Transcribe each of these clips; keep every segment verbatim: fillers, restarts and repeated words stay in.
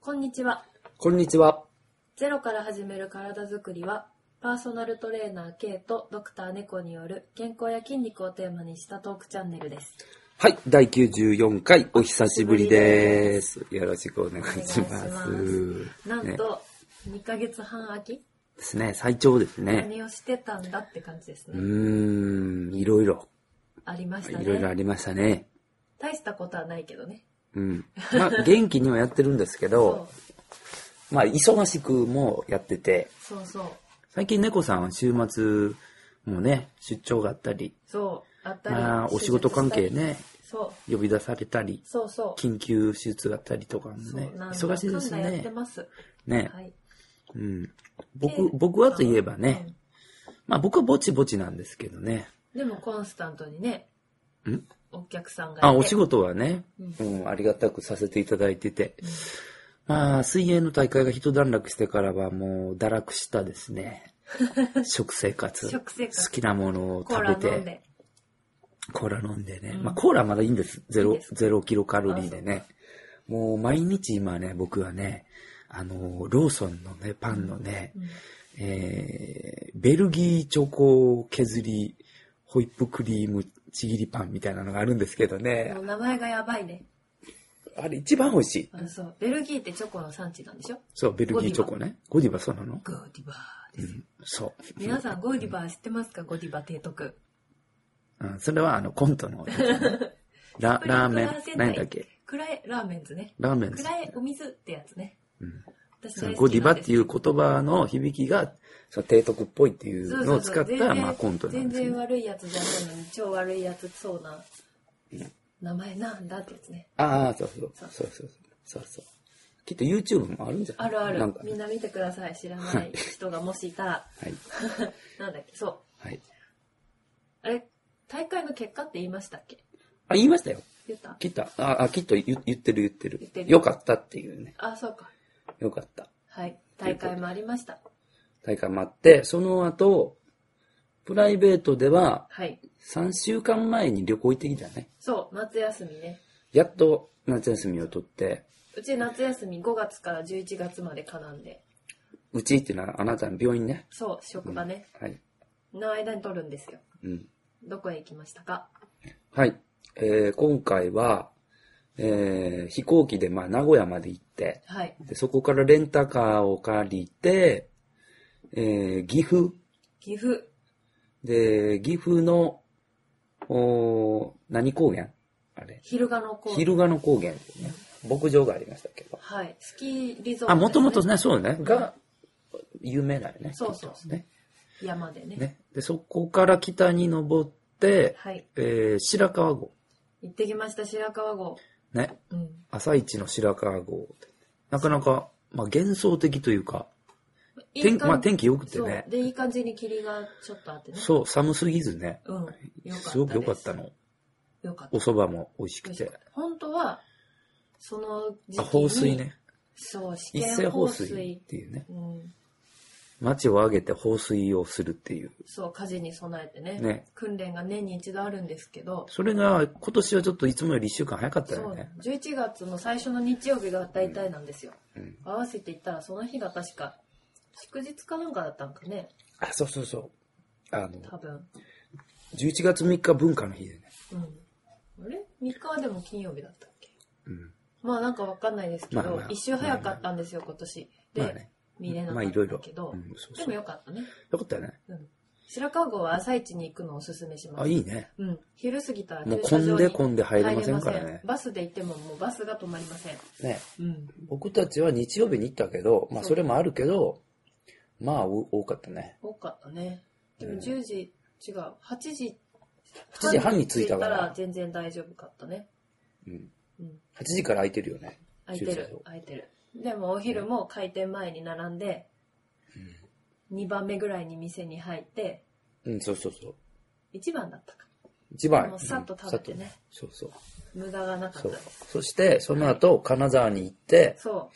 こんにちは。 こんにちは。 ゼロから始める体づくりは、パーソナルトレーナー K とドクター猫による健康や筋肉をテーマにしたトークチャンネルです。 はい、だいきゅうじゅうよんかいお久しぶりです。よろしくお願いします。 なんと、ね、にかげつはん空きですね、最長ですね。 何をしてたんだって感じですね。 うーん、いろいろ。 ありましたね。 いろいろありましたね。 大したことはないけどね。 うん。まあ、元気にはやってるんですけど、まあ、忙しくもやってて。 そうそう。 最近猫さんは週末もね、出張があったり。 そう、あったり。 まあ、お仕事関係ね。 そう。 呼び出されたり。 そうそう。 緊急手術があったりとかもね。忙しいですね。 やってます。 ね。はい。うん。僕、僕はといえばね。うん、まあ僕はぼちぼちなんですけどね。 でもコンスタントにね。 んお客さんがいて。 あ、お仕事はね、うん、うん、ありがたくさせていただいてて。うん、まあ、水泳の大会が一段落してからはもう堕落したですね。食生活。 食生活。 好きなものを食べて。コーラ飲んでね。うん、まあ、コーラまだいいんです。ゼロ、ゼロキロカロリーでね。もう毎日今ね、僕はね、あの、ローソンのね、パンのね、うん、えー、ベルギーチョコ削り、ホイップクリームちぎりパンみたいなのがあるんですけどね。 もう名前がやばいね。 あれ一番美味しい。 あ、そう。ベルギーってチョコの産地なんでしょ？ そう、ベルギーチョコね。ゴディバそうなの？ ゴディバです、うん。 そう。 皆さんゴディバ知ってますか？ゴディバ提督。 うん、それはあのコントの、ね、ラ, ラーメン何だっけ？ クラエラーメンズね。 ラーメンズ。 クラエお水ってやつね。 うん。ゴディバっていう言葉の響きがその提督っぽいっていうのを使ったまあコントなんですね。 全然悪いやつじゃないのに超悪いやつそうな名前なんだってやつね。 ああ、そうそうそうそうそうそうそう。きっと YouTube もあるんじゃない？ あるある。 なんか、ね、 みんな見てください。知らない人がもしいたら。 はい。 なんだっけ、そう。 はい。 あれ、大会の結果って言いましたっけ？ あ、言いましたよ。 言った？ 聞いた。ああ、きっと言ってる言ってる。言ってる。よかったっていうね。 あ、そうか。 よかった。 はい。大会もありました。 大会もあって、その後、プライベートでは、 はい。 さんしゅうかんまえに旅行行ってきたね。 そう、夏休みね。 やっと夏休みを取って。 うち夏休みごがつからじゅういちがつまでかなんで。 うちっていうのはあなたの病院ね。 そう、職場ね。 うん、はい。 の間に取るんですよ。 うん。 どこへ行きましたか？ はい。えー、今回は、えー、飛行機でまあ名古屋まで行って、 はい、 でそこからレンタカーを借りて、えー、岐阜岐阜で岐阜のお何高原あれ昼賀野高原昼賀野高原ってね、牧場がありましたけど、 はい、スキーリゾート、ね、 あ、もともとね、そうね、が有名だよね。 そうそうね、山で ね, ねでそこから北に登って、 はい、 えー、白川郷行ってきました。白川郷ね、 うん、 朝一の白川郷なかなか、まあ、幻想的というかいい天, まあ、天気良くてね。 で、いい感じに霧がちょっとあってね。 そう、寒すぎずね。 うん。よかったです。 すごく良かったの。 よかった。 お蕎麦も美味しくて。 本当は、その時期に。 あ、放水ね。 そう、 一斉放水っていうね。 うん。 町を挙げて放水をするっていう。 そう、火事に備えてね。 ね。 訓練が年に一度あるんですけど。 それが今年はちょっといつもよりいっしゅうかん早かったよね。 そう。じゅういちがつの最初の日曜日が大体なんですよ。 うんうん、 合わせていったらその日が確か祝日かなんかだったんかね。 あ、そうそうそう。あの、 多分。 じゅういちがつみっか文化の日でね。 うん。あれ ?みっか はでも金曜日だったっけ？ うん。 まあなんかわかんないですけど、 まあまあ、 一周早かったんですよ、まあまあ、今年。で、まあね、見れなかったけど、まあいろいろ、うん、そうそうでもよかったね。 よかったよね。 うん。白川郷は朝一に行くのをおすすめします。 あ、いいね。 うん。昼過ぎたらもう混んで混んで入れませんからね。 バスで行ってももうバスが止まりません。 ね。 うん。僕たちは日曜日に行ったけど、まあそれもあるけど、まあ多かったね。 多かったね。でもじゅうじ、うん、違う、はちじ、 はちじはんに着いたから。 着いたら全然大丈夫かったね。 うん。うん、はちじから空いてるよね。 空いてる、空いてる。でもお昼も開店前に並んで、うん、にばんめぐらいに店に入って、 うん、そうそうそう。 いちばんだったか。 いちばん。 もうさっと食べてね。 うん、そうそう。 無駄がなかったです。 そして、その後、はい、金沢に行って、 そう。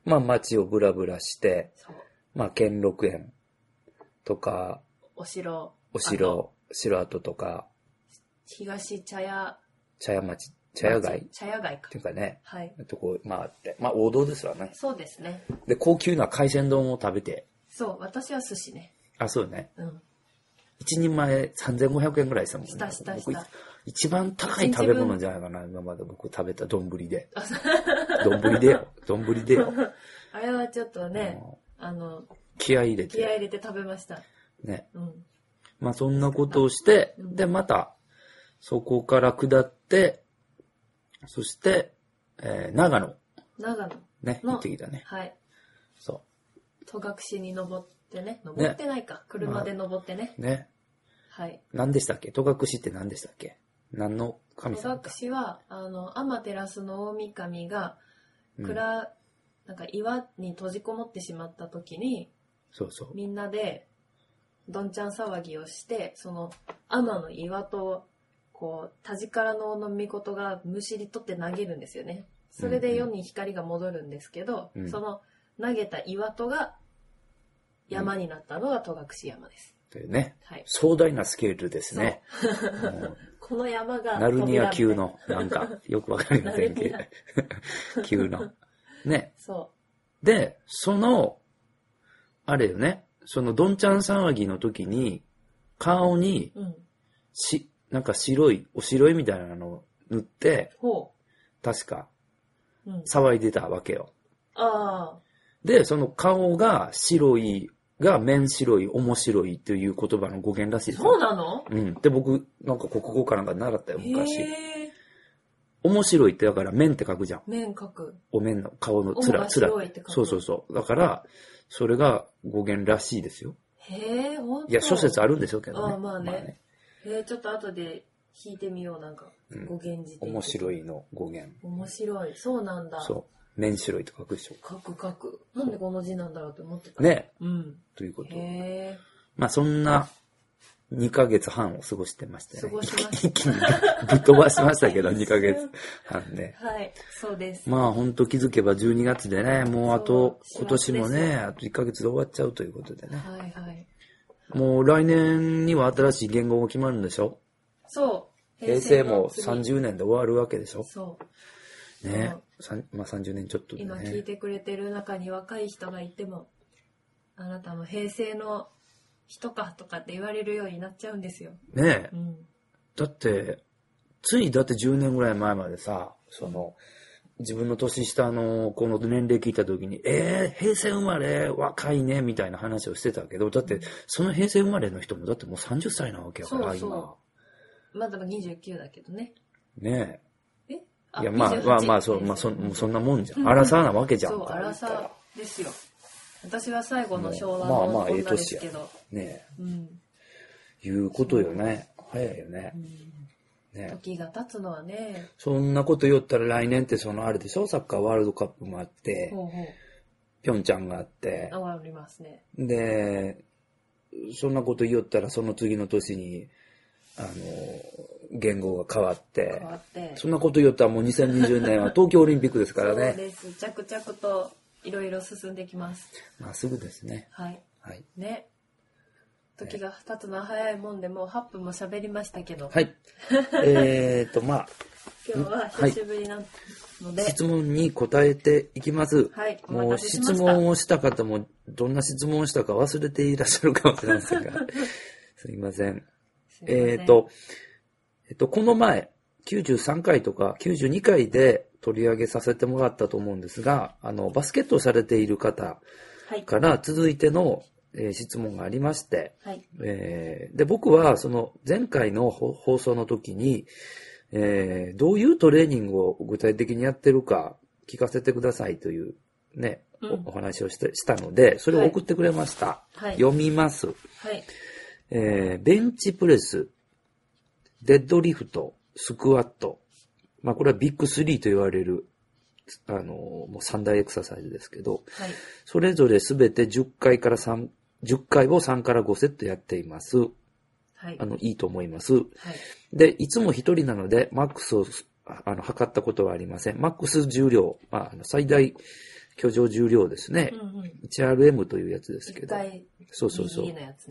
まあ街をブラブラして、 そう。 まあ兼六園とか、 お城、 お城、城跡とか、 東茶屋、 茶屋町、 茶屋街茶屋街か。 っていうかね、 はい。 とこ回って。まあ王道ですわね。 そうですね。 で、高級な海鮮丼を食べて。 そう、私は寿司ね。 あ、そうね。 うん。 一人前さんぜんごひゃくえんぐらいしたもんね。 したしたした。 一番高い食べ物じゃないかな、今まで僕食べた丼で。丼でよ。丼でよ。 あれはちょっとね、あの、 気合い入れて。 気合い入れて食べました。 ね。 うん。 まあそんなことをして、うん、で、また、そこから下って、そして、えー、長野。 長野。 ね、行ってきたね。 はい。 そう。 戸隠に登ってね。登ってないか。ね、車で登ってね。 まあ、ね。はい。何でしたっけ？戸隠って何でしたっけ？何の神様？ 戸隠は、あの、天照の大神が、蔵、うん、なんか岩に閉じこもってしまった時に、 そうそう。 みんなで、どんちゃん騒ぎをして、その、天の岩と、こう、田力のの御事がむしり取って投げるんですよね。それで世に光が戻るんですけど、うんうん、その投げた岩戸が山になったのが戸隠山です。 というね、はい、壮大なスケールですね。 この山がナルニア級の、なんか、よくわかりませんけど、級の。ね。 そう。 で、その、あれよね、そのどんちゃん騒ぎの時に、顔に、うん、し、なんか白い、お白いみたいなのを塗って、 ほう確か、うん、騒いでたわけよ。 ああ。 で、その顔が白い、が面白い、面白いという言葉の語源らしいです。 そうなの？ うん。で、僕、なんか国語かなんか習ったよ、昔。面白いってだから面って書くじゃん。 面書く。 お面の顔のつら、つら。そうそうそう。だから、それが語源らしいですよ。 へえ、ほんと。 いや、諸説あるんでしょうけどね。 ああ、まあね。まあね、へえ、ちょっと後で弾いてみよう、なんか。語源辞典、 うん。面白いの語源。 面白い。そうなんだ。 そう。面白いと書くでしょ。 書く書く。なんでこの字なんだろうって思ってた。 ね。 うん。 ということ。 へー。 まあそんなにかげつはんを過ごしてましてね。 過ごしました。 一気にぶっ飛ばしましたけど、にかげつはんで。 はい、そうです。 まあほんと気づけばじゅうにがつでね、もうあと、今年もね、あといっかげつで終わっちゃうということでね。 はいはい。 もう来年には新しい言語が決まるんでしょ？ そう。 平成もさんじゅうねんで終わるわけでしょ？ そう。 ね、まあさんじゅうねんちょっとでね。 今聞いてくれてる中に若い人がいても、あなたも平成の人かとかって言われるようになっちゃうんですよ。 ねえ。 うん、 だって、ついだってじゅうねんぐらい前までさ、その、うん、自分の年下のこの年齢聞いた時に、えー、平成生まれ若いねみたいな話をしてたけど、だってその平成生まれの人もだってもうさんじゅっさいなわけやから、 そうそう今。まだにじゅうきゅうだけどね。 ねえ。 いや、まあ、まあまあ、そう、まあ、そ、そんなもんじゃん。荒さなわけじゃん。 そう、荒さですよ。私は最後の昭和の女ですけど。まあまあ、ええ年や。ねえ。うん。 いうことよね。早いよね。 うん、ね。時が経つのはね。 そんなこと言ったら来年ってそのあれでしょ？サッカーワールドカップもあって、 ほうほう、 ピョンチャンがあって。 ありますね。 で、そんなこと言ったらその次の年に、あの、言語が変わって、 変わって、 そんなこと言ったらもうにせんにじゅうねんは東京オリンピックですからね。 そうです。着々といろいろ進んできます。 まあすぐですね。 はい。 はい。 ね。時が経つのは早いもんで、もうはっぷんも喋りましたけど。 はい。えーと、まあ。 今日は久しぶりなので、 はい、質問に答えていきます。 はい。 もう質問をした方もどんな質問をしたか忘れていらっしゃるかもしれませんが。すいません。えっと、えっと、この前、きゅうじゅうさんかいとかきゅうじゅうにかいで取り上げさせてもらったと思うんですが、あの、バスケットをされている方から続いての、えー、質問がありまして、 はい、 えー、で、僕はその前回の放送の時に、えー、どういうトレーニングを具体的にやってるか聞かせてくださいというね、うん、お, お話をして、したので、それを送ってくれました。 はい、 読みます。 はい、 えー、ベンチプレス、デッドリフト、スクワット。まあこれはビッグスリーと言われる、あの、もう三大エクササイズですけど、 はい、 それぞれすべてじゅっかいからさん、じゅっかいをさんからごセットやっています。 はい。 あの、いいと思います。 はい。 で、いつも一人なので、マックスを、あの、測ったことはありません。マックス重量、まあ、あの最大居上重量ですね。 うんうん、 エイチアールエム というやつですけど。 いっかいそうそうそう。 のやつね。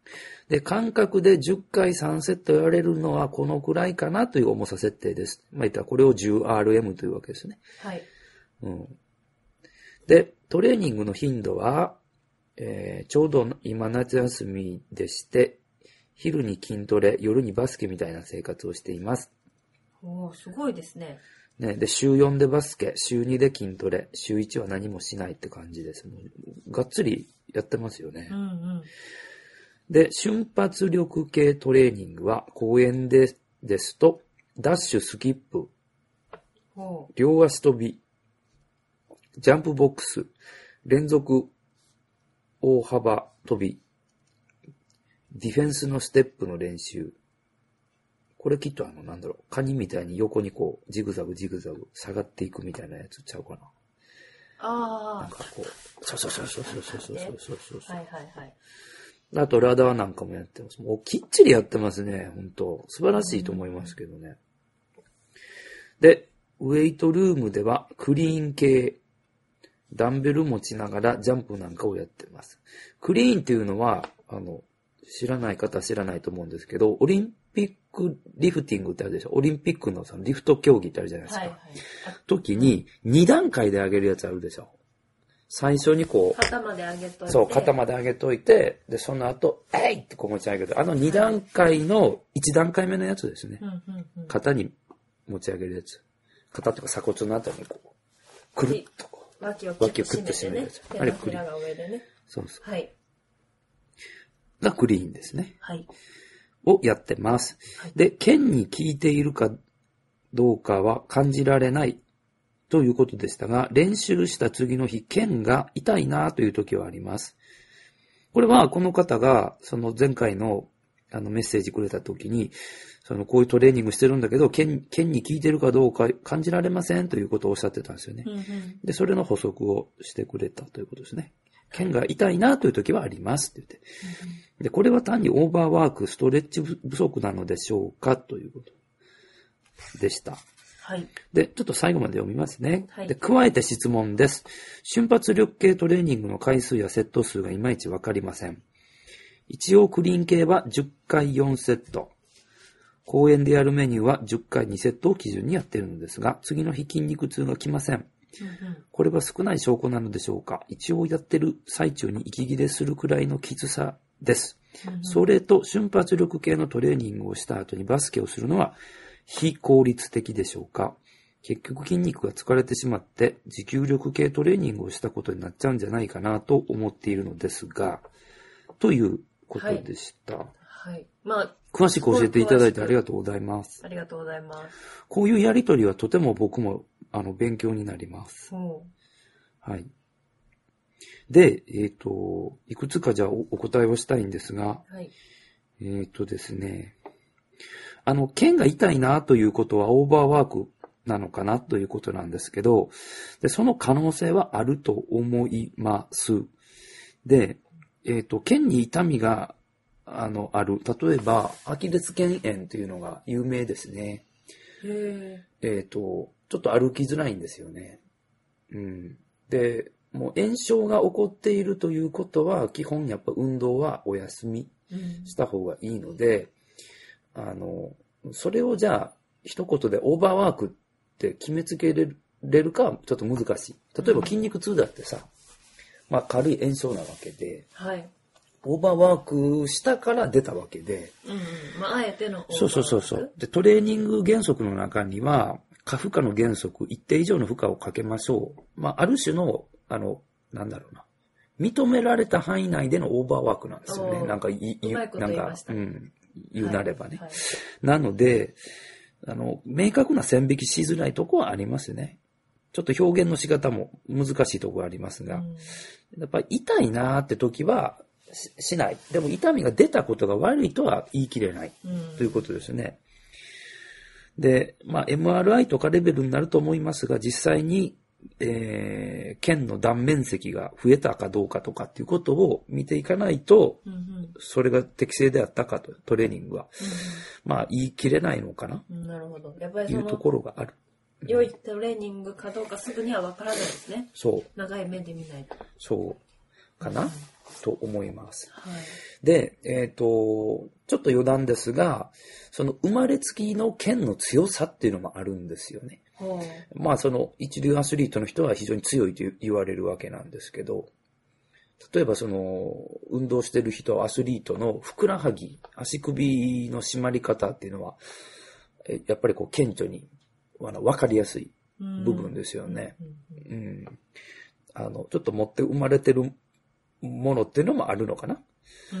で、間隔でじゅっかいさんセットやられるのはこのくらいかなという重さ設定です。まあ、言ったらこれを じゅうアールエム というわけですね。 はい。 うん。で、トレーニングの頻度は、えー、ちょうど今夏休みでして、昼に筋トレ、夜にバスケみたいな生活をしています。 おー、すごいですね。 ね、で、週よんでバスケ、週にで筋トレ、週いちは何もしないって感じです。もうがっつりやってますよね。 うんうん。 で、瞬発力系トレーニングは公園でですと、ダッシュ、スキップ、両足跳び、ジャンプボックス、連続大幅跳び、ディフェンスのステップの練習。これきっとあの、なんだろう、カニみたいに横にこう、ジグザグジグザグ下がっていくみたいなやつちゃうかな。 ああ。 なんかこう、そうそうそうそうそうそうそうそうそうそう。 はいはいはい。 あと、ラダーなんかもやってます。もうきっちりやってますね、本当素晴らしいと思いますけどね。で、ウェイトルームではクリーン系、ダンベル持ちながらジャンプなんかをやってます。クリーンっていうのは、あの、知らない方は知らないと思うんですけど、オリンピックリフティングってあるでしょ。オリンピックのそのリフト競技ってあるじゃないですか。はいはい、時にに段階で上げるやつあるでしょ。最初にこう、 肩まで上げといて。 そう、肩まで上げといて、で、その後、えいってこう持ち上げる。あのに段階のいち段階目のやつですね。 うんうんうん、 肩に持ち上げるやつ。肩とか鎖骨のあたりにこう、くるっとこう、 脇をクッと締めるやつ。 あれクリーン。 が上でね。 そうそう。 はい。 がクリーンですね。 はい。 をやってます。はい、で、剣に効いているかどうかは感じられないということでしたが、練習した次の日、剣が痛いなという時はあります。これはこの方が、その前回のあのメッセージくれた時に、そのこういうトレーニングしてるんだけど、剣、剣に効いてるかどうか感じられませんということをおっしゃってたんですよね。 うんうん、 で、それの補足をしてくれたということですね。剣が痛いなという時はありますって言って。うん、で、これは単にオーバーワーク、ストレッチ不足なのでしょうかということでした。 はい。 で、ちょっと最後まで読みますね。 はい、 で、加えて質問です。瞬発力系トレーニングの回数やセット数がいまいちわかりません。一応クリーン系はじゅっかいよんセット。公園でやるメニューはじゅっかいにセットを基準にやっているのですが、次の日筋肉痛が来ません。うんうん、これは少ない証拠なのでしょうか。一応やってる最中に息切れするくらいのきつさです。うんうん、それと瞬発力系のトレーニングをした後にバスケをするのは非効率的でしょうか。結局筋肉が疲れてしまって持久力系トレーニングをしたことになっちゃうんじゃないかなと思っているのですが、ということでした。はい。 はい、まあ、詳しく教えていただいてありがとうございます。 ありがとうございます。 こういうやりとりはとても僕もあの勉強になります。はい。で、えっと、いくつかじゃあ お, お答えをしたいんですが、 はい、 えっとですね、あの、剣が痛いなということはオーバーワークなのかなということなんですけど、でその可能性はあると思います。で、えっと、剣に痛みがあの、ある。例えば、アキレス腱炎というのが有名ですね。 へえっと、ちょっと歩きづらいんですよね。うん。で、もう炎症が起こっているということは、基本やっぱ運動はお休みした方がいいので、うん、あの、それをじゃあ、一言でオーバーワークって決めつけれるかはちょっと難しい。例えば筋肉痛だってさ、まあ軽い炎症なわけで、 はい。 オーバーワークしたから出たわけで。 うんうん。まあ、あえてのオーバーワーク。 そうそうそうそう。で、トレーニング原則の中には、過負荷の原則、一定以上の負荷をかけましょう。まあ、ある種の、あの、なんだろうな。認められた範囲内でのオーバーワークなんですよね。なんか、い、 うまいこと言いました。 なんか、うん。言うなればね。 はいはい、 なので、あの、明確な線引きしづらいところはありますね。ちょっと表現の仕方も難しいところはありますが、うん、やっぱり痛いなーって時は、し, しない。でも痛みが出たことが悪いとは言い切れない。うん、ということですね。で、まあ エムアールアイ とかレベルになると思いますが、実際に、えー、腱の断面積が増えたかどうかとかっていうことを見ていかないと、うんうん、それが適正であったかと、トレーニングは。うんうん、まあ言い切れないのかな。 うん、なるほど。やっぱりそのいうところがある。 良いトレーニングかどうかすぐには分からないですね。 そう。 長い目で見ないと。 そう。 かな、うん、と思います。 はい、 で、えっと、ちょっと余談ですが、その生まれつきの腱の強さっていうのもあるんですよね。まあその一流アスリートの人は非常に強いと言われるわけなんですけど、例えばその運動してる人、アスリートのふくらはぎ、足首の締まり方っていうのは、やっぱりこう顕著にわかりやすい部分ですよね。うんうん、あのちょっと持って生まれてるものっていうのもあるのかな、うん、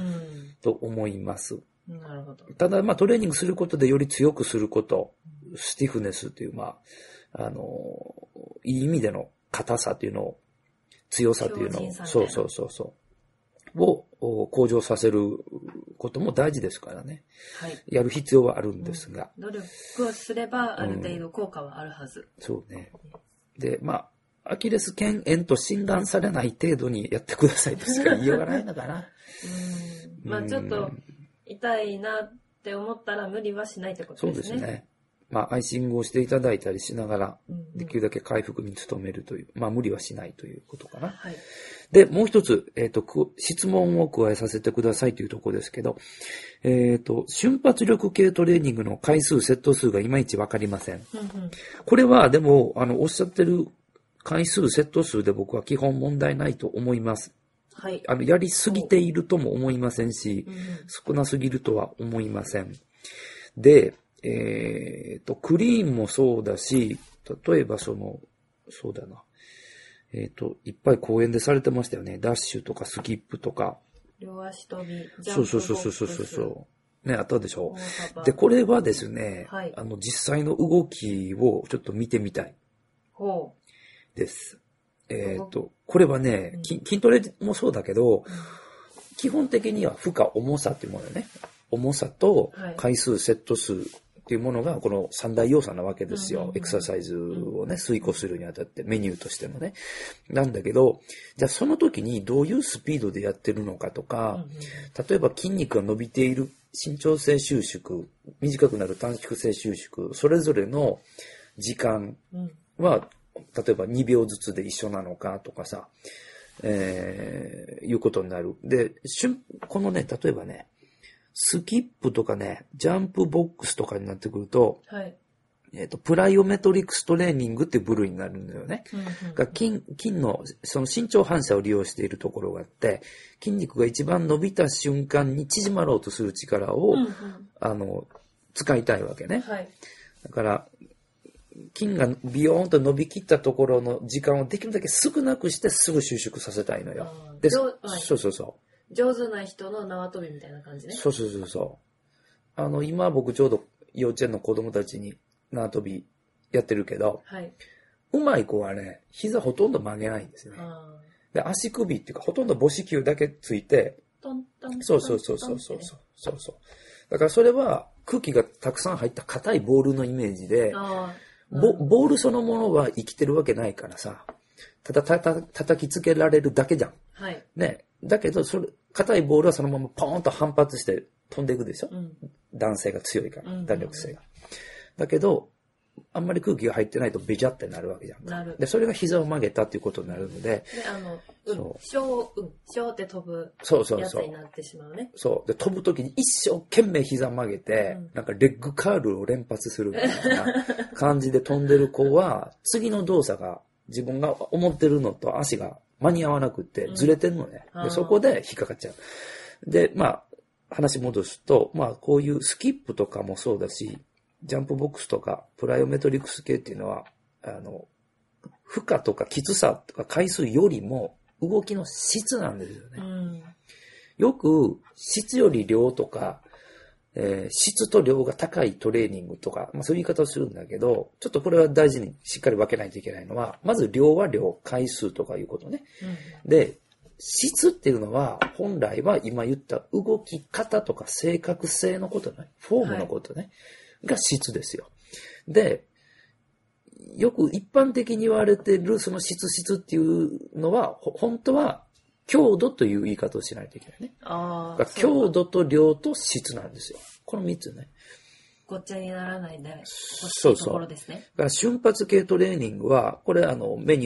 と思います。 なるほど。 ただまあトレーニングすることでより強くすること、スティフネスっていうまああのいい意味での硬さっていうのを強さっていうのをそうそうそうそうを向上させることも大事ですからね。はい、やる必要はあるんですが、 うん、努力をすればある程度効果はあるはず。 うん、そうね。でまあアキレス腱炎と診断されない程度にやってくださいとしか言いようがないのかな。 うん、まあちょっと痛いなって思ったら無理はしないってことですね。 そうですね。まあアイシングをしていただいたりしながら、できるだけ回復に努めるという、まあ無理はしないということかな。はい、で、もう一つ、えっと、質問を加えさせてくださいというところですけど、えっと、瞬発力系トレーニングの回数、セット数がいまいちわかりません。うんうん、これはでも、あの、おっしゃってる回数、セット数で僕は基本問題ないと思います。はい。あの、やりすぎているとも思いませんし、うんうん、少なすぎるとは思いません。で、えっと、クリーンもそうだし、例えばその、そうだな。えっと、いっぱい講演でされてましたよね。ダッシュとかスキップとか。 両足跳び、ジャンプボックス。 そうそうそうそうそうそう。ね、あったでしょ。で、これはですね、はい、あの、実際の動きをちょっと見てみたい。ほう。です。えっと、これはね、うん、筋トレもそうだけど、うん、基本的には負荷、重さっていうものね。重さと回数、セット数っていうものがこの三大要素なわけですよ。エクササイズをね、遂行するにあたってメニューとしてもね。なんだけど、じゃあその時にどういうスピードでやってるのかとか、例えば筋肉が伸びている伸長性収縮、短くなる短縮性収縮、それぞれの時間は、例えばにびょうずつで一緒なのかとかさ、えー、いうことになる。で、このね、例えばね、スキップとかね、ジャンプボックスとかになってくると、はい、えっと、プライオメトリクストレーニングっていう部類になるんだよね。うんうんうん、筋、筋の、その身長反射を利用しているところがあって、筋肉が一番伸びた瞬間に縮まろうとする力を、うんうん、あの、使いたいわけね。はい、だから、筋がビヨーンと伸びきったところの時間をできるだけ少なくしてすぐ収縮させたいのよ。で、はい、そうそうそう。 上手な人の縄跳びみたいな感じね。 そうそうそうそう。あの、今僕ちょうど幼稚園の子供たちに縄跳びやってるけど、はい、うまい子はね、膝ほとんど曲げないんですよね。で、足首っていうかほとんど母子球だけついて、トントントンそうそうそうそうそうそうそう。だからそれは空気がたくさん入った硬いボールのイメージで、ボ, ボールそのものは生きてるわけないからさ、ただたた叩きつけられるだけじゃん。はい。ね。だけど、それ、硬いボールはそのままポーンと反発して飛んでいくでしょ、うん、男性が強いから、弾力性が。だけど、あんまり空気が入ってないとベジャってなるわけじゃん。なる。で、それが膝を曲げたっていうことになるので。で、 あの、うん、ショー、うん、ショーって飛ぶやつになってしまうね。 そうそうそう。そう。で、飛ぶときに一生懸命膝曲げて、うん、なんかレッグカールを連発するみたいな感じで飛んでる子は、次の動作が自分が思ってるのと足が間に合わなくってずれてんのね、うん、でそこで引っかかっちゃう。で、まあ、話戻すと、まあ、こういうスキップとかもそうだし、ジャンプボックスとかプライオメトリクス系っていうのは、あの、負荷とかきつさとか回数よりも動きの質なんですよね。うん、よく質より量とか、えー、質と量が高いトレーニングとか、まあそういう言い方をするんだけど、ちょっとこれは大事にしっかり分けないといけないのは、まず量は量、回数とかいうことね。うん、で、質っていうのは、本来は今言った動き方とか正確性のことね、フォームのことね、はい、が質ですよ。で、よく一般的に言われてるその質質っていうのは、本当は強度という言い方をしないといけないね。ああ。強度と量と質なんですよ。この三つね。 ごっちゃにならないで、そうそう。ところですね。 だから瞬発系トレーニングは、これあのメニュー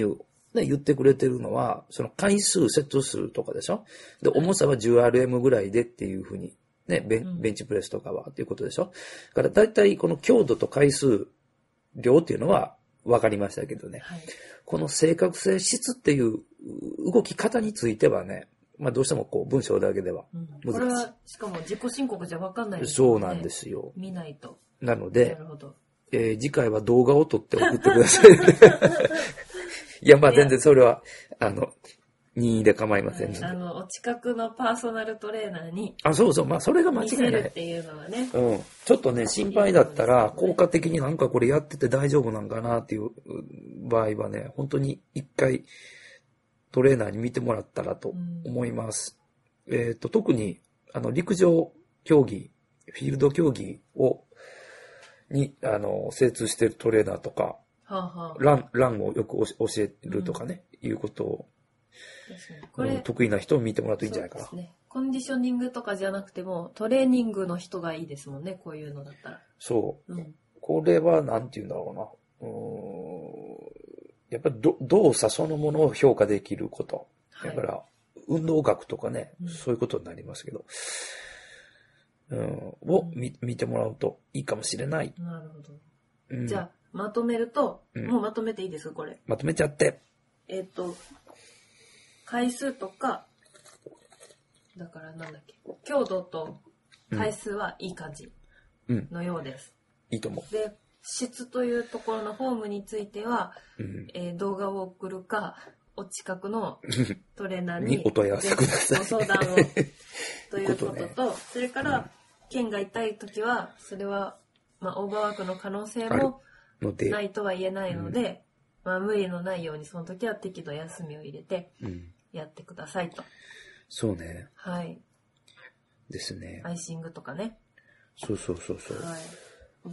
ね、言ってくれてるのは、その回数、セット数とかでしょ。で、重さは じゅうアールエム ぐらいでっていうふうに、ね、ベン、ベンチプレスとかはっていうことでしょ。だから大体この強度と回数、量っていうのは分かりましたけどね。はい、この正確性、質っていう動き方についてはね、まあどうしてもこう文章だけでは難しい。うん、これはしかも自己申告じゃ分かんないですよね。そうなんですよ。 見ないと。 なので、 なるほど。 えー、次回は動画を撮って送ってください。いや、まあ全然それは、あの、任意で構いませんので。 あの、お近くのパーソナルトレーナーに。 あ、そうそう。まあそれが間違いない。見せるっていうのはね。 うん。ちょっとね、心配だったら、効果的になんかこれやってて大丈夫なんかなっていう場合はね、本当に一回トレーナーに見てもらったらと思います。うん、えっと、特に、あの、陸上競技、フィールド競技を、に、あの、精通しているトレーナーとか、はあはあ、ラン、ランをよく教えるとかね、うん、いうことを、これ、うん、得意な人を見てもらうといいんじゃないかな。 そうですね。コンディショニングとかじゃなくても、トレーニングの人がいいですもんね、こういうのだったら。 そう。うん、これは、なんて言うんだろうな。うーん、やっぱりど動作そのものを評価できること。だから、はい、運動学とかね、うん、そういうことになりますけど。うん、を見、見てもらうといいかもしれない。 なるほど。うん、じゃあ、まとめると、うん、もうまとめていいですか、これ。 まとめちゃって。 えっと、回数とか、だからなんだっけ、強度と回数はいい感じのようです。 うん、いいと思う。 で、質というところのフォームについては、うんえー、動画を送るか、お近くのトレーナーにお問い合わせください。 ご相談をということと、ことね、それから、うん剣が痛いときは、それは、まあ、オーバーワークの可能性もないとは言えないので、うんまあ、無理のないようにその時は適度休みを入れてやってくださいと。うん、 そうね。 はい。 ですね。 アイシングとかね。 そうそうそうそう。はい。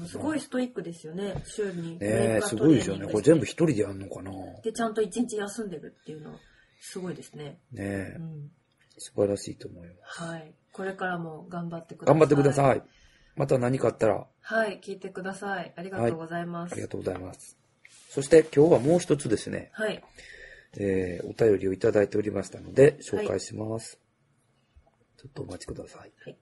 すごいストイックですよね。週に。 ねえ、すごいですよね。これ全部一人でやるのかな。 で、ちゃんと一日休んでるっていうのは、すごいですね。 ねえ。うん、素晴らしいと思います。 はい。これからも頑張ってください。 頑張ってください。また何かあったら。 はい、聞いてください。ありがとうございます。 はい、ありがとうございます。そして今日はもう一つですね。 はい。 えー、お便りをいただいておりましたので、紹介します。はい、ちょっとお待ちください。はい。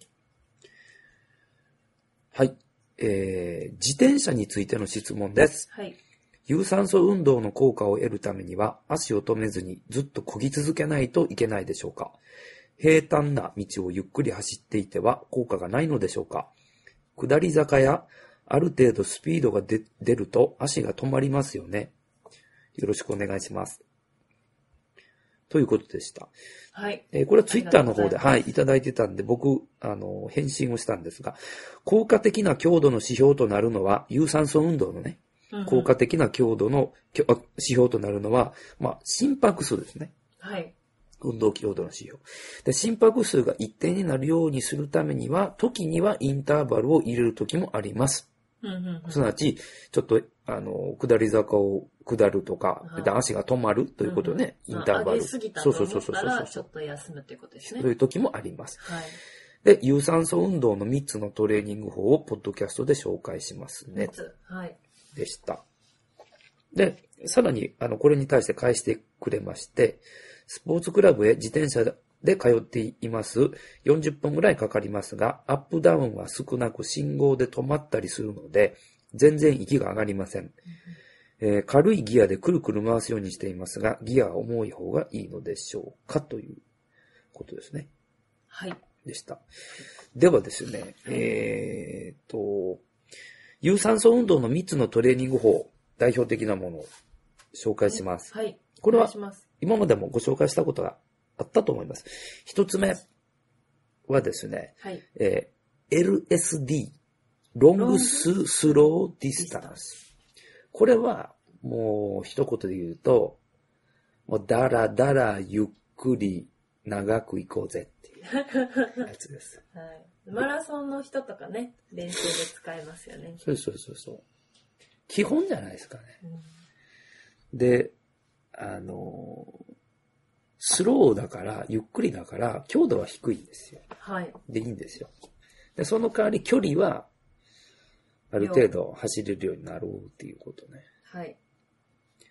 はい。えー、自転車についての質問です。 はい。 有酸素運動の効果を得るためには、足を止めずにずっと漕ぎ続けないといけないでしょうか。平坦な道をゆっくり走っていては効果がないのでしょうか。下り坂やある程度スピードが出ると足が止まりますよね。よろしくお願いします。ということでした。 はい。 えー、これはツイッターの方で、はい、いただいてたんで、僕、あの、返信をしたんですが、効果的な強度の指標となるのは、有酸素運動のね、うんうん、効果的な強度の指標となるのは、まあ、心拍数ですね。 はい。 運動強度の指標。で、心拍数が一定になるようにするためには、時にはインターバルを入れる時もあります。 うんうんうん、 すなわち、ちょっと、あの、下り坂を下るとか、で足が止まるということでね、 うんうん、 インターバル。 上げすぎたと思ったら、ちょっと休むということですね。 そういう時もあります。 はい。 で、有酸素運動のみっつのトレーニング法を、ポッドキャストで紹介しますね。 みっつ。はい。 でした。で、さらに、あの、これに対して返してくれまして、スポーツクラブへ自転車で通っています。よんじゅっぷんぐらいかかりますが、アップダウンは少なく信号で止まったりするので、全然息が上がりません。うんえー、軽いギアでくるくる回すようにしていますが、ギアは重い方がいいのでしょうかということですね。 はい。 でした。ではですね、えーと、有酸素運動のみっつのトレーニング法、代表的なものを紹介します。 はい。 これは今までもご紹介したことがあったと思います。一つ目はですね、 はいえー、エルエスディー、ロングススローディスタンス。これはもう一言で言うと、もうだらだらゆっくり長く行こうぜっていうやつです。 はい。マラソンの人とかね、練習で使えますよね。 そうそうそうそう。基本じゃないですかね。うん、で、あの、スローだから、ゆっくりだから、強度は低いんですよ。 はい。 で、いいんですよ。で、その代わり距離は、ある程度走れるようになろうっていうことね。 はい。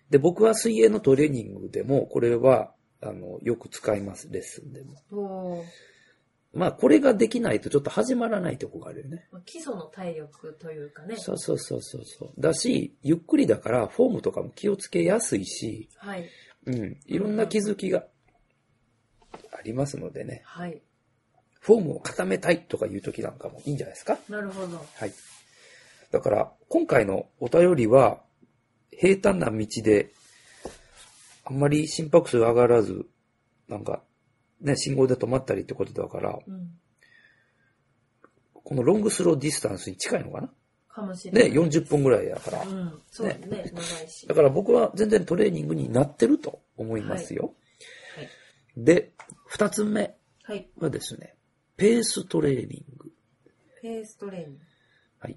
で、僕は水泳のトレーニングでも、これは、あの、よく使います、レッスンでも。 おー。 まあ、これができないとちょっと始まらないとこがあるよね。 基礎の体力というかね。 そうそうそうそうそう。だし、ゆっくりだからフォームとかも気をつけやすいし、 はい。 うん、いろんな気づきがありますのでね。 はい。 フォームを固めたいとかいう時なんかもいいんじゃないですか。 なるほど。 はい。だから、今回のお便りは、平坦な道で、あんまり心拍数上がらず、なんか、ね、信号で止まったりってことだから、うん、このロングスローディスタンスに近いのかなかもしれない。 ね、よんじゅっぷんぐらいだから。 うん、そうですね、ね、長いし。 だから僕は全然トレーニングになってると思いますよ。はいはい、で、二つ目はですね、ペーストレーニング。 ペーストレーニング。 はい。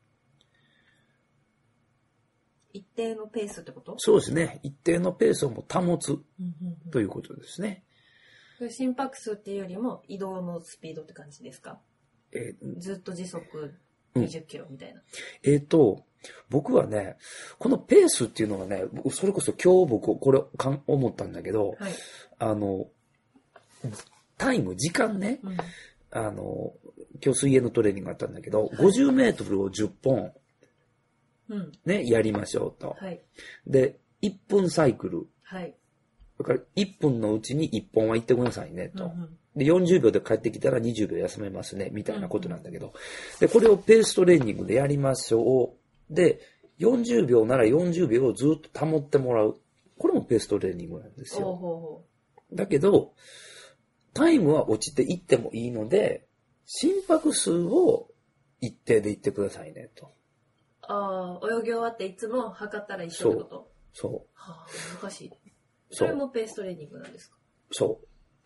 一定のペースってこと？ そうですね。一定のペースをも保つということですね。 心拍数っていうよりも移動のスピードって感じですか？えー、ずっと時速にじゅっキロみたいな。 うん、えっ、ー、と、僕はね、このペースっていうのがね、それこそ今日僕これ思ったんだけど、はい、あの、タイム、時間ね、うん、あの、今日水泳のトレーニングがあったんだけど、はい、ごじゅうメートルをじゅっぽん、うん、ね、やりましょうと。はい、で、いっぷんサイクル。はい。だからいっぷんのうちにいっぽんは行ってくださいねと。うんうん、で、よんじゅうびょうで帰ってきたらにじゅうびょう休めますね、みたいなことなんだけど。で、これをペーストレーニングでやりましょう。で、よんじゅうびょうならよんじゅうびょうをずっと保ってもらう。これもペーストレーニングなんですよ。ほうほうほう。だけど、タイムは落ちていってもいいので、心拍数を一定でいってくださいねと。 ああ、泳ぎ終わっていつも測ったら一緒ってこと？ そう。 はあ、難しい。それもペーストレーニングなんですか？ そう。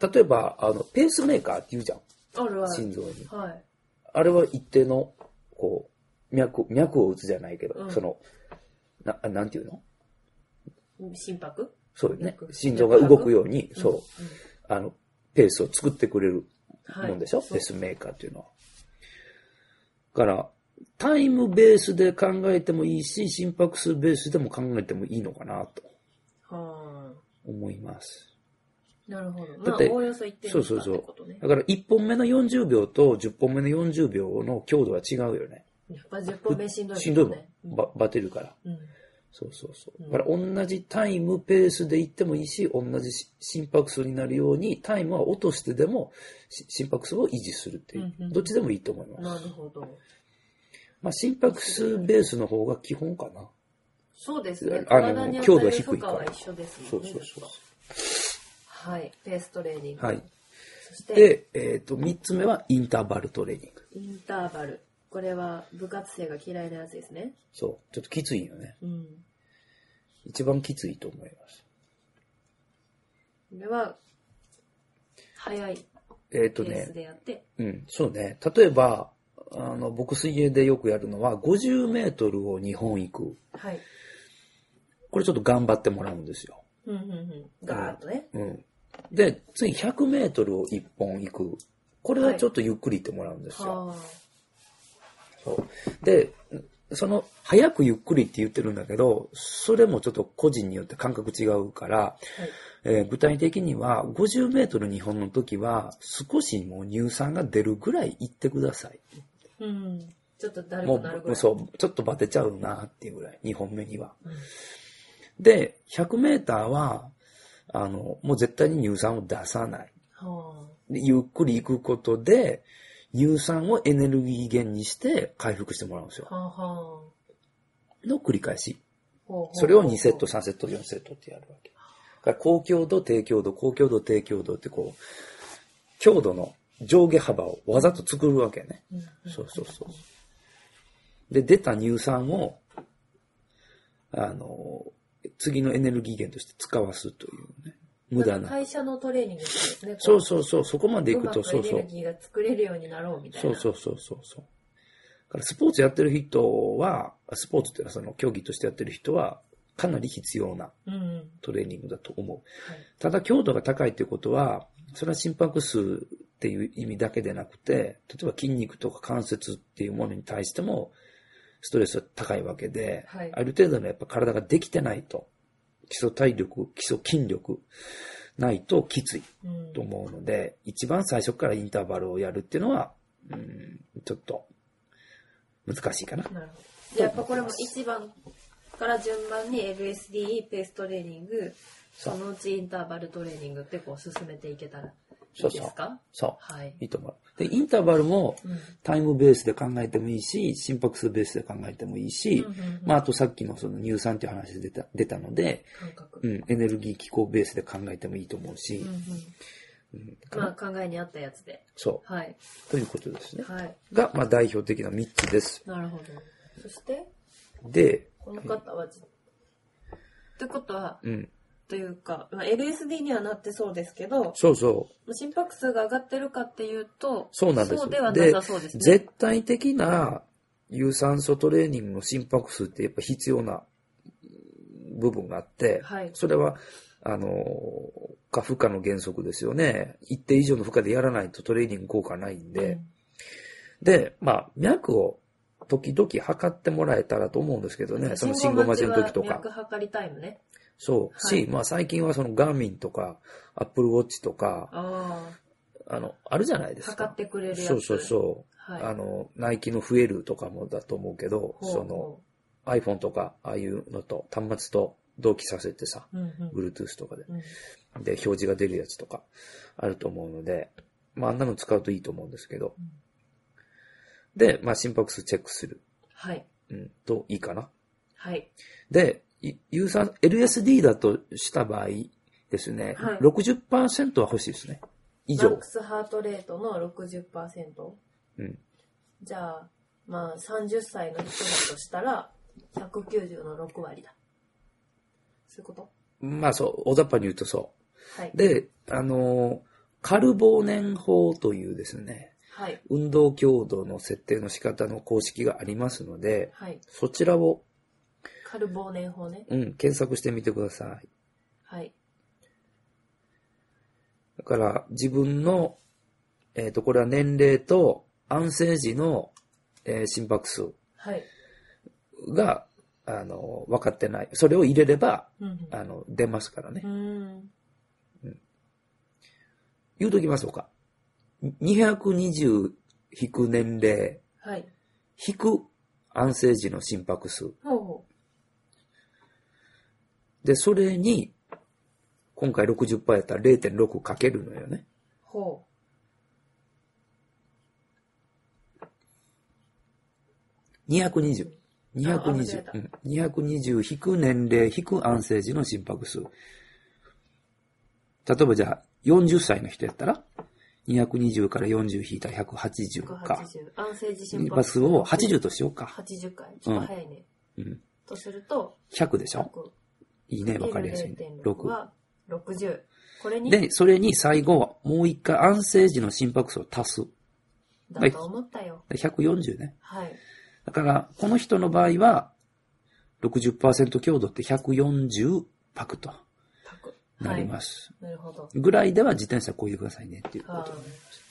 例えば、あの、ペースメーカーって言うじゃん。 あるある。 心臓に。 はい。 あれは一定の、こう、脈、脈を打つじゃないけど、うん、その、な、なんていうの？心拍？ そうよね。心臓が動くように、そう、うんうん、あの、ペースを作ってくれるもんでしょ、はい、ペースメーカーっていうのは。だから、タイムベースで考えてもいいし、心拍数ベースでも考えてもいいのかなと思います。 なるほど。だって、まあ、おおよそ一定のことね。そうそうそう。 だからいっぽんめのよんじゅうびょうとじゅっぽんめのよんじゅうびょうの強度は違うよね。 やっぱじゅっぽんめしんどいもんね。 しんどいもん。バ、バテるから。うん、そうそうそう。だから同じタイムペースでいってもいいし、同じ心拍数になるように、タイムは落としてでも心拍数を維持するっていう。うんうん、どっちでもいいと思います。 なるほど。 まあ、心拍数ベースの方が基本かな。 そうですね。あの、強度は低いから。一緒ですね。 そうそうそう。 はい。ペーストレーニング。 はい。そして、で、えっと、三つ目はインターバルトレーニング。 インターバル。これは部活生が嫌いなやつですね。 そう。ちょっときついよね。うん。一番きついと思います。 これは、早いペースでやって。えっとね、うん。そうね。例えば、あの、僕水泳でよくやるのは、ごじゅうメートルをにほん行く。はい。これちょっと頑張ってもらうんですよ。 うんうんうん。ガーッとね。 うん。で、次ひゃくメートルをいっぽん行く。これはちょっとゆっくり行ってもらうんですよ。はい、そう。で、その、早くゆっくりって言ってるんだけど、それもちょっと個人によって感覚違うから、はい、えー、具体的にはごじゅうメートルにほんの時は少しもう乳酸が出るぐらい行ってください。 うん、ちょっとだるくなるぐらい。もうそう、ちょっとバテちゃうなっていうぐらい、にほんめには。うん、で、ひゃくメーターは、あの、もう絶対に乳酸を出さない。はあ、でゆっくり行くことで、乳酸をエネルギー源にして回復してもらうんですよ。はあはあ、の繰り返し。ほうほうほうほう、それをにセット、さんセット、よんセットってやるわけ。だから高強度、低強度、高強度、低強度ってこう、強度の上下幅をわざと作るわけね。うん、そうそうそう。で、出た乳酸を、あの、次のエネルギー源として使わすというね。無駄な。 代謝のトレーニングですね。 そうそうそう。そこまでいくと、そうそう。 エネルギーが作れるようになろうみたいな。 そうそうそうそうそう。だからスポーツやってる人は、スポーツっていうのはその競技としてやってる人は、かなり必要なトレーニングだと思う。うん、はい、ただ強度が高いっていうことは、それは心拍数っていう意味だけでなくて、例えば筋肉とか関節っていうものに対しても、ストレスは高いわけで、はい、ある程度のやっぱ体ができてないと、 基礎体力、基礎筋力ないときついと思うので、うん、一番最初からインターバルをやるっていうのは、うん、ちょっと難しいかな。 なるほど。やっぱこれもいちばんから順番に エルエスディー、ペーストレーニング、そのうちインターバルトレーニングってこう進めていけたらいいですか？ そうそう。そう。はい。いいと思う。で、インターバルもタイムベースで考えてもいいし、心拍数ベースで考えてもいいし、うんうんうん、まあ、あとさっきのその乳酸っていう話出た、出たので、感覚。うん、エネルギー機構ベースで考えてもいいと思うし、うんうんうん、まあ、考えに合ったやつで。 そう。 はい。 ということですね。 はい。 が、まあ、代表的なみっつです。 なるほど。そして、 で、 この方は、うん、ってことは、 うん。 というか、まあ、エルエスディー にはなってそうですけど、 そうそう。 心拍数が上がってるかっていうと、 そうなんです。 そうではなさそうですね。 絶対的な有酸素トレーニングの心拍数ってやっぱ必要な部分があって、はい、それは、あの、過負荷の原則ですよね。一定以上の負荷でやらないとトレーニング効果ないんで、うん、で、まあ、脈を時々測ってもらえたらと思うんですけどね、その信号待ちの時とか。 脈測りタイムね。 そう。し、はい、まあ最近はそのガーミンとか、アップルウォッチとか、 ああの、あるじゃないですか。 測ってくれるやつ。 そうそうそう。 はい、 あの、ナイキのフエルとかもだと思うけど、ほうほうその iPhone とか、ああいうのと端末と同期させてさ、うんうん、Bluetooth とかで、うん、で、表示が出るやつとかあると思うので、まああんなの使うといいと思うんですけど、うん、で、まあ心拍数チェックする。 はい。 うん、といいかな。 はい。 で、有酸 エルエスディー だとした場合ですね、はい、ろくじゅっパーセント は欲しいですね。以上。 マックスハートレートの ろくじゅっパーセント？ うん。 じゃあ、まあさんじゅっさいの人だとしたら、ひゃくきゅうじゅうのろく割だ。そういうこと？ まあそう、大雑把に言うとそう。 はい。 で、あの、カルボーネン法というですね、 はい、 運動強度の設定の仕方の公式がありますので、 はい、 そちらをカルボーネン法ね。 うん、検索してみてください。 はい。 だから自分の、えっと、これは年齢と安静時の、えー、心拍数が、はい、あの、分かってない。それを入れれば、うん、あの、出ますからね。 うん、 うん、言うときましょうか。にひゃくにじゅう引く年齢、 はい、 引く安静時の心拍数。 ほうほうで、それに、今回 ろくじゅっパーセント やったら れいてんろく かけるのよね。 ほう。にひゃくにじゅう。にひゃくにじゅう。うん、にひゃくにじゅう引く年齢引く安静時の心拍数。例えばじゃあ、よんじゅっさいの人やったら、にひゃくにじゅうからよんじゅう引いたらひゃくはちじゅうか。 ひゃくはちじゅう。安静時心拍数をはちじゅうとしようか。 はちじゅっかい。ちょっと早いね。 うん。うん、 とすると、 ひゃくでしょ？いいね、わかりやすい、ね。 ろくはろくじゅう。これにで、それに最後、もう一回安静時の心拍数を足す。 だと思ったよ。 ひゃくよんじゅうね。 はい。 だから、この人の場合は、ろくじゅっパーセント 強度ってひゃくよんじゅうパクとなります。 はい、なるほど。 ぐらいでは自転車こいでくださいねっていうことになります。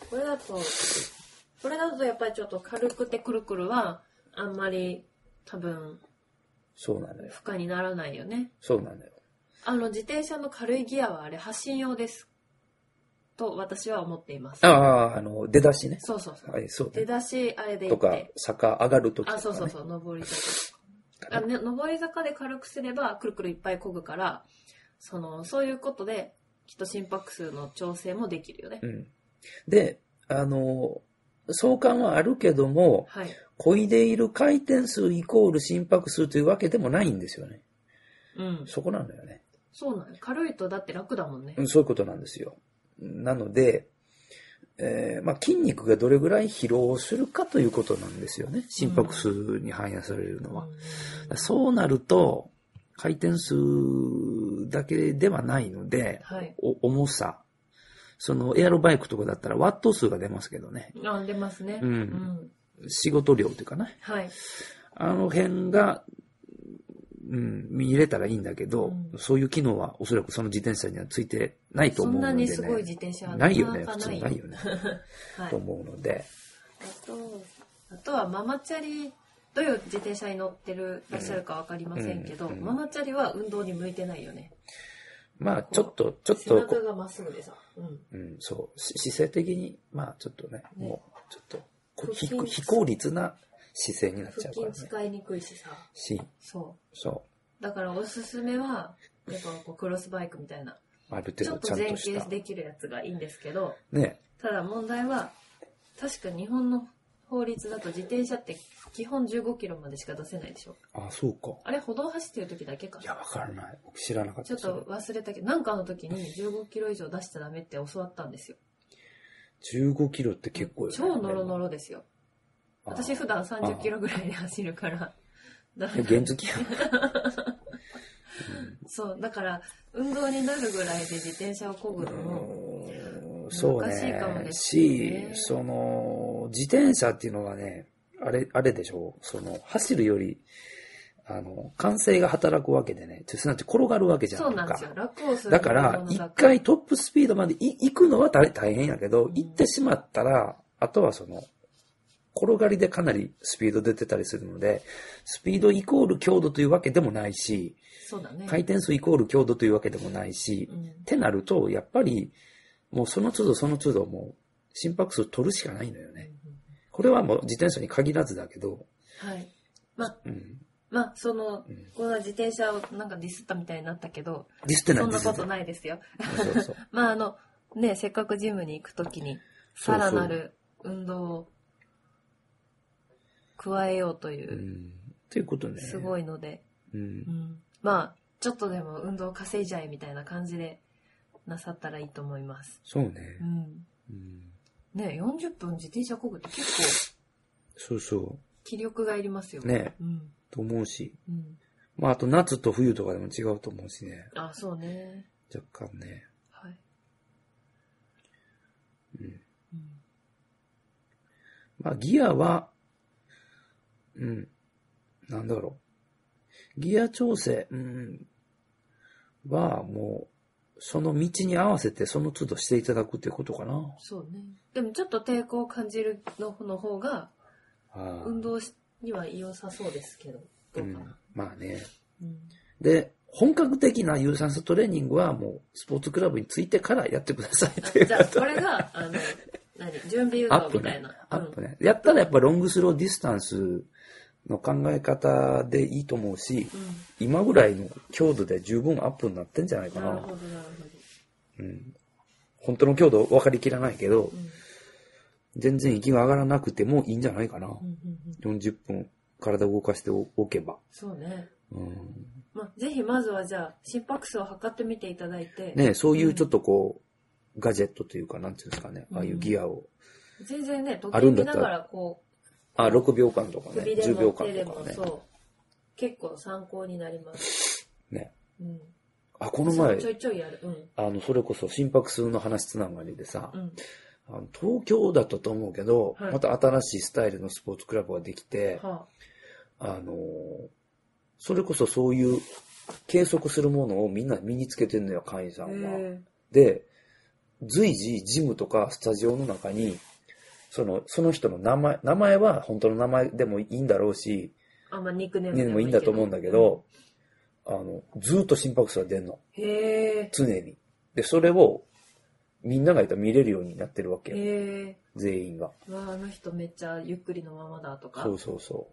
これだと、これだとやっぱりちょっと軽くてくるくるは、あんまり多分、 そうなのよ。 負荷にならないよね。 そうなのよ。 あの、自転車の軽いギアはあれ、発進用です。と、私は思っています。 ああ、あの、出だしね。 そうそうそう。 はい、そう、ね。 出だし、あれで行って。とか、坂上がるときとか、ね。 あ、そうそうそう、上り坂。あね、上り坂で軽くすれば、くるくるいっぱい漕ぐから、その、そういうことで、きっと心拍数の調整もできるよね。 うん。で、あの、相関はあるけども、 はい。 漕いでいる回転数イコール心拍数というわけでもないんですよね。 うん。 そこなんだよね。 そうなんです。軽いとだって楽だもんね。 うん、そういうことなんですよ。なので、えー、まあ筋肉がどれぐらい疲労するかということなんですよね。心拍数に反映されるのは。うん、そうなると、回転数だけではないので、 はい、 お重さ。そのエアロバイクとかだったらワット数が出ますけどね。 あ、出ますね。 うん。うん、仕事量というかね。 はい。 あの辺が、うん、見入れたらいいんだけど、うん、そういう機能はおそらくその自転車にはついてないと思うので、ね。 そんなにすごい自転車はないよね。普通ないよね。はい、と思うので。 あと、あとはママチャリどういう自転車に乗ってるらっしゃるかわかりませんけど、うんうん、ママチャリは運動に向いてないよね。 まあちょっとちょっと背中がまっすぐでさ、うん、 うん、そう姿勢的にまあちょっと ね, ねもうちょっと非効率な姿勢になっちゃうからね。 腹筋使いにくいしさ。 し、 そうそうだからおすすめはやっぱこうクロスバイクみたいなある程度ちょっと前傾できるやつがいいんですけど、 ね、 ただ問題は確か日本の法律だと自転車って基本じゅうごキロまでしか出せないでしょ。 あ、そうか。 あれ歩道走ってる時だけかな。 いや、わからない。僕知らなかった。 ちょっと忘れたけど、なんかの時にじゅうごキロ以上出しちゃダメって教わったんですよ。 じゅうごキロって結構よね。 超ノロノロですよ。私普段さんじゅっキロぐらいで走るから。 原付や。 そう、だから運動になるぐらいで自転車を漕ぐのも難しいかもですね。 し、その自転車っていうのはね、あれあれでしょう。その走るよりあの慣性が働くわけでね、すなわち転がるわけじゃないか。 そうなんですよ。楽をする。 だから一回トップスピードまで行くのは大変やけど、うん、行ってしまったらあとはその転がりでかなりスピード出てたりするので、スピードイコール強度というわけでもないし、 そうだね、 回転数イコール強度というわけでもないし、うん、ってなるとやっぱりもうその都度その都度もう心拍数取るしかないのよね。うん、これはもう自転車に限らずだけど、 はい。まあ、うん、まあその、うん、この自転車をなんかディスったみたいになったけど、 ディスってない。 そんなことないですよ。そうそうまああのね、せっかくジムに行くときにさらなる運動を加えようという、うん、 ということね。 すごいので、 うんうん、 まあちょっとでも運動稼いじゃえみたいな感じでなさったらいいと思います。 そうね。 うんうん、ね、よんじゅっぷん自転車漕ぐって結構そうそう気力がいりますよね。 うん、 と思うし、 うん、 まああと夏と冬とかでも違うと思うしね。 あ、そうね。 若干ね。 はい。 うん。うん、まあギアはうん。なんだろう。ギア調整、うん、はもう、その道に合わせてその都度していただくっていうことかな。 そうね。でもちょっと抵抗を感じるのの方が、運動には良さそうですけど、どうかな。うん、 まあね、 うん。 で、本格的な有酸素トレーニングはもうスポーツクラブについてからやってくださいっていう。 じゃあ、これが、あの、何準備運動みたいな。 アップね。アップね。やったらやっぱロングスローディスタンスの考え方でいいと思うし、うん、今ぐらいの強度で十分アップになってんじゃないかな。 なるほど、なるほど。うん。本当の強度分かりきらないけど、うん、全然息が上がらなくてもいいんじゃないかな。うんうんうん、よんじゅっぷん体を動かしておけば。 そうね。 うん。 まあ、ぜひまずはじゃあ心拍数を測ってみていただいて。 ね、そういうちょっとこう、うん、ガジェットというか、なんていうんですかね、ああいうギアを。 全然ね、時計見ながらこう、 あ、ろくびょうかんとかね、じゅうびょうかんとかね。 そう。結構参考になります。 ね。 うん。 あ、この前、 ちょいちょいやる。うん。 あの、それこそ心拍数の話つながりでさ、うん、あの東京だったと思うけど、はい、また新しいスタイルのスポーツクラブができて、はあ、あの、それこそそういう計測するものをみんな身につけてんのよ、会員さんは。で、随時ジムとかスタジオの中に、その、その人の名前、名前は本当の名前でもいいんだろうし、 あ、まあ、ニックネームでもいいんだと思うんだけど、うん、あの、ずっと心拍数が出んの。 へー。 常に。で、それをみんながいたら見れるようになってるわけよ。 へー。 全員が。 わあ、あの人めっちゃゆっくりのままだとか。 そうそうそう。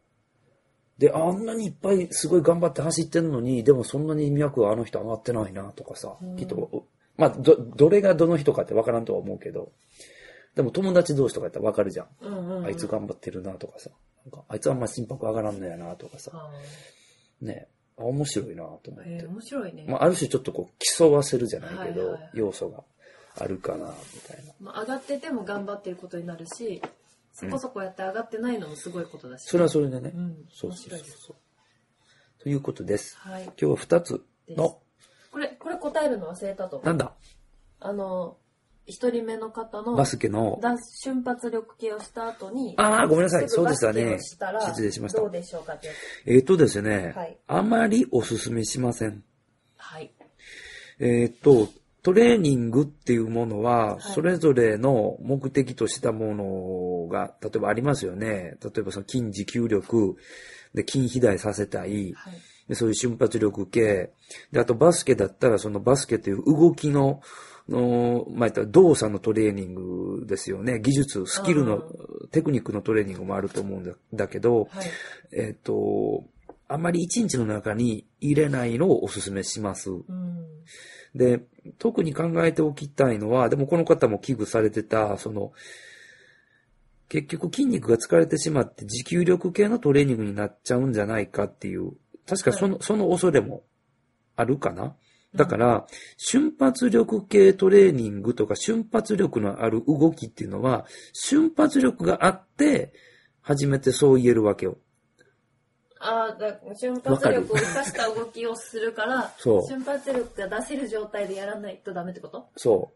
で、あんなにいっぱいすごい頑張って走ってんのに、でもそんなに脈はあの人上がってないなとかさ、きっと、まあ、ど、どれがどの人かってわからんとは思うけど、でも友達同士とかやったらわかるじゃん。 うんうんうん、 あいつ頑張ってるなとかさ。なんかあいつあんま心拍上がらんのやなとかさ。ねあ、面白いなと思って。 えー、面白いね。 まあ、ある種ちょっとこう競わせるじゃないけど、 はいはいはい、 要素があるかな、みたいな。 まあ、上がってても頑張ってることになるし、そこそこやって上がってないのもすごいことだし、ね、 それはそれでね。 うん、 そうそうそうそう。ということです。 はい、 今日はふたつの。 これ、これ答えるの忘れたと思う。 なんだあの、一人目の方のバスケの瞬発力系をした後に、 ああ、ごめんなさい。そうでしたね。 したら失礼しました。 どうでしょうかってやつ。 えっとですね、 はい、 あまりおすすめしません。 はい。 えっと、 トレーニングっていうものは、 はい、 それぞれの目的としたものが、例えばありますよね。例えばその筋持久力、で筋肥大させたい、はい、でそういう瞬発力系、で、あとバスケだったらそのバスケという動きの、の、まあ、言ったら動作のトレーニングですよね。技術、スキルの、テクニックのトレーニングもあると思うんだ、だけど、はい、えっと、あまり一日の中に入れないのをお勧めします。うん、で、特に考えておきたいのは、でもこの方も危惧されてた、その、結局筋肉が疲れてしまって持久力系のトレーニングになっちゃうんじゃないかっていう、確かその、はい、その恐れもあるかな。だから、瞬発力系トレーニングとか瞬発力のある動きっていうのは、瞬発力があって、初めてそう言えるわけよ。 ああ、だ瞬発力を生かした動きをするから、瞬発力が出せる状態でやらないとダメってこと？ そう。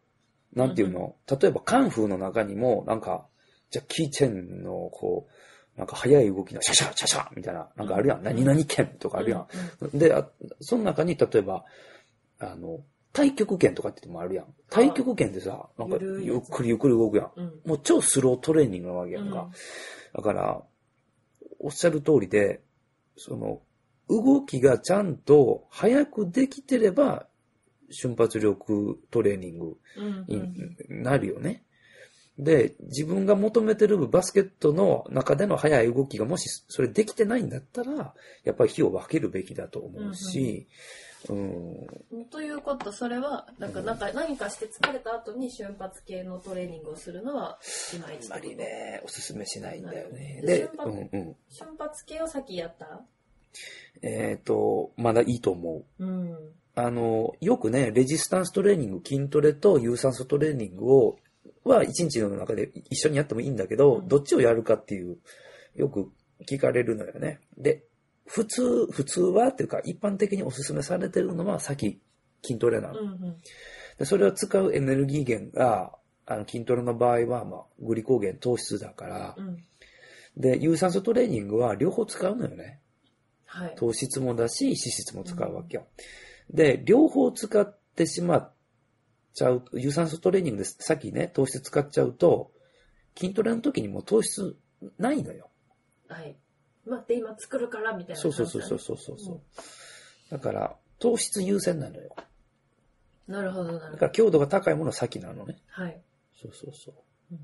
なんていうの、うん、例えばカンフーの中にも、なんか、じゃあキーチェンの、こう、なんか速い動きのシャシャシャシャみたいな、なんかあるやん。うん、何々剣とかあるやん。うんうん、で、その中に例えば、あの、太極拳とかって言ってもあるやん。太極拳ってさ、なんかゆっくりゆっくり動くやん。うん、もう超スロートレーニングなわけやんか。うん、だから、おっしゃる通りで、その、動きがちゃんと早くできてれば、瞬発力トレーニングになるよね。うんうん、で、自分が求めてるバスケットの中での速い動きがもしそれできてないんだったら、やっぱり火を分けるべきだと思うし、うんうん、ということ、それはなんか、なんか何かして疲れた後に瞬発系のトレーニングをするのはいまいち。 あんまりね、おすすめしないんだよね。 で、瞬発、うんうん、瞬発系を先やった？ えっと、まだいいと思う。うん、あの、よくね、レジスタンストレーニング、筋トレと有酸素トレーニングを、は一日の中で一緒にやってもいいんだけど、うん、どっちをやるかっていう、よく聞かれるのよね。で、普通、普通はっていうか、一般的にお勧めされてるのは、先、筋トレなの。うんうん、でそれを使うエネルギー源が、あの筋トレの場合は、まあ、グリコーゲン、糖質だから、うん、で、有酸素トレーニングは両方使うのよね。はい、糖質もだし、脂質も使うわけよ。うん、で、両方使ってしまっちゃう、有酸素トレーニングでさっきね、糖質使っちゃうと、筋トレの時にも糖質ないのよ。 はい。待って、今作るからみたいな感じ、ね。そうそうそうそうそう、うん。だから、糖質優先なのよ。 なるほど、なるほど。 だから強度が高いものは先なのね。 はい。 そうそうそう。うんうん、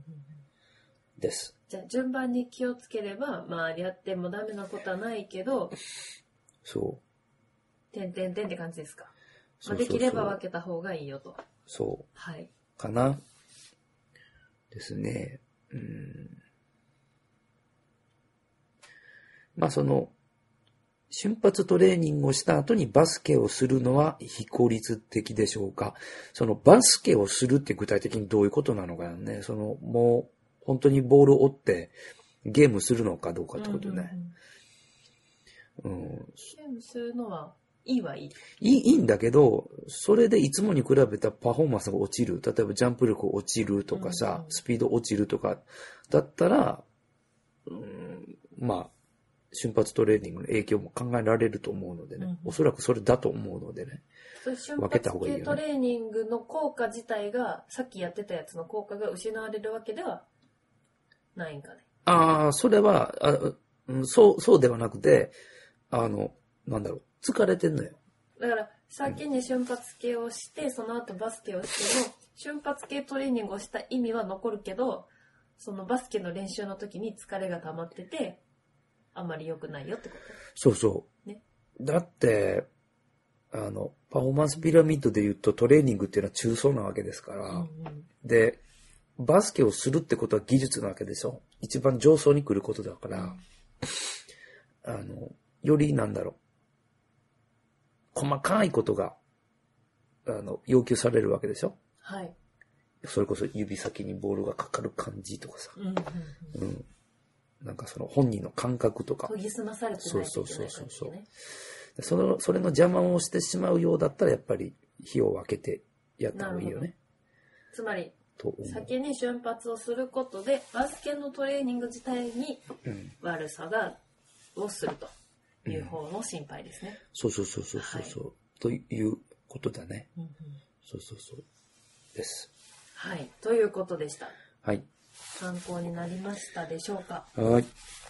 です。 じゃあ、順番に気をつければ、まあ、やってもダメなことはないけど、 そう。 てんてんてんって感じですか。そうそうそう、まあ、できれば分けた方がいいよと。 そう。 はい。 かな。ですね。うん。まあその、瞬発トレーニングをした後にバスケをするのは非効率的でしょうか。そのバスケをするって具体的にどういうことなのかね。その、もう本当にボールを追ってゲームするのかどうかってことね。 うん、うんうん。ゲームするのはいいはいい。 いい、いいんだけど、それでいつもに比べたパフォーマンスが落ちる。例えばジャンプ力落ちるとかさ、うんうん、スピード落ちるとかだったら、うん、まあ、瞬発トレーニングの影響も考えられると思うのでね、うん、おそらくそれだと思うのでね、 分けた方がいいよね。瞬発系トレーニングの効果自体がさっきやってたやつの効果が失われるわけではないんかね。 ああ、それはあ、うん、そうそうではなくて、あのなんだろう、疲れてんのよ。 だから先に瞬発系をして、うん、その後バスケをしても瞬発系トレーニングをした意味は残るけど、そのバスケの練習の時に疲れが溜まってて。あんまり良くないよってこと？ そうそう。ね、だって、あの、パフォーマンスピラミッドで言うとトレーニングっていうのは中層なわけですから、うんうん、で、バスケをするってことは技術なわけでしょ。一番上層に来ることだから、うん、あの、よりなんだろう、細かいことが、あの、要求されるわけでしょ。はい。それこそ指先にボールがかかる感じとかさ。うんうんうんうん、なんかその本人の感覚とか。 研ぎ澄まされてないといけない感じね。そうそうそうそう。 その、それの邪魔をしてしまうようだったらやっぱり火を分けてやった方がいいよね。 つまり、先に瞬発をすることでバスケのトレーニング自体に悪さが、をするという方の心配ですね。 うん、そうそうそうそうそう、はい、ということだね。うんうん、 そうそうそう。です。 はい。ということでした。 はい。 参考になりましたでしょうか。 はい。はい、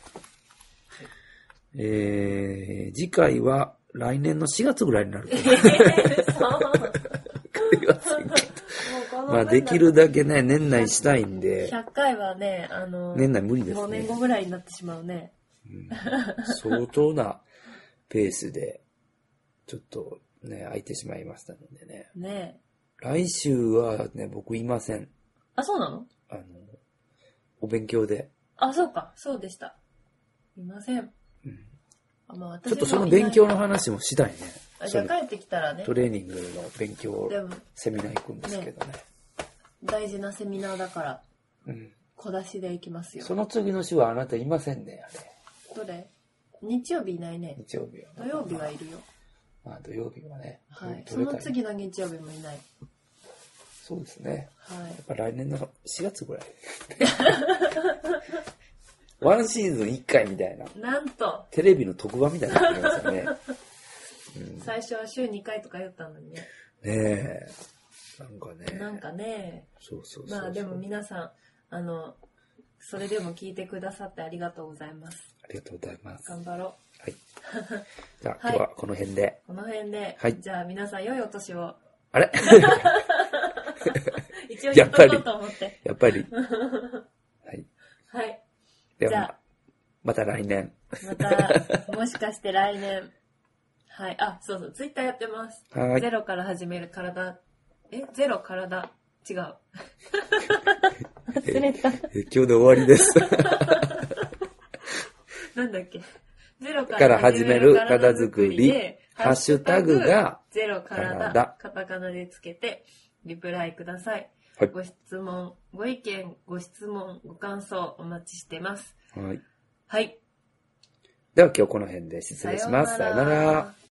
えー、次回は来年のしがつぐらいになるかな。えー、そう。わかりませんけど。まあできるだけね、年内したいんで。 ひゃっかいはね、あの、 年内無理ですね。 ごねんごぐらいになってしまうね。 うん、相当なペースで、ちょっとね、空いてしまいましたのでね。 ねえ。来週はね、僕いません。 あ、そうなの？ あの、お勉強で。 あ、そうか、そうでした。いません。うん。 あ、まあ、私ちょっとその勉強の話もしたいね。 あ、じゃあ帰ってきたらね。 トレーニングの勉強、セミナー行くんですけどね。ね、 大事なセミナーだから、うん。小出しで行きますよ。 その次の週はあなたいませんね、あれ。 どれ？日曜日いないね。 日曜日は。 土曜日はいるよ。 まあ、土曜日はね。 はい。その次の日曜日もいない。 そうですね。 はい。 やっぱ来年のしがつぐらい。ワンシーズンいっかいみたいな。 なんと。 テレビの特番みたいになってきましたね。 うん、最初は週にかいとか言ったのにね。 ねえ。なんかね。 なんかね。 そうそうそうそう。 まあでも皆さん、あの、それでも聞いてくださってありがとうございます。 ありがとうございます。 頑張ろう。 はい。じゃあ、今日はこの辺で。 この辺で。 はい。 じゃあ皆さん良いお年を。 あれ一応言っとこうと思って。 やっぱり。はい。 はい。 では、じゃあまた来年。 また、もしかして来年。はい。あ、そうそう。ツイッターやってます。はい。ゼロから始める体。えゼロ体。違う。忘れた。 今日で終わりです。 なんだっけ。ゼロから始める体作り。ハッシュタグがゼロ体。カタカナでつけて、リプライください。はい、ご質問、ご意見、ご質問、ご感想お待ちしてます。 はい。 はい。 では今日この辺で失礼します。さようなら。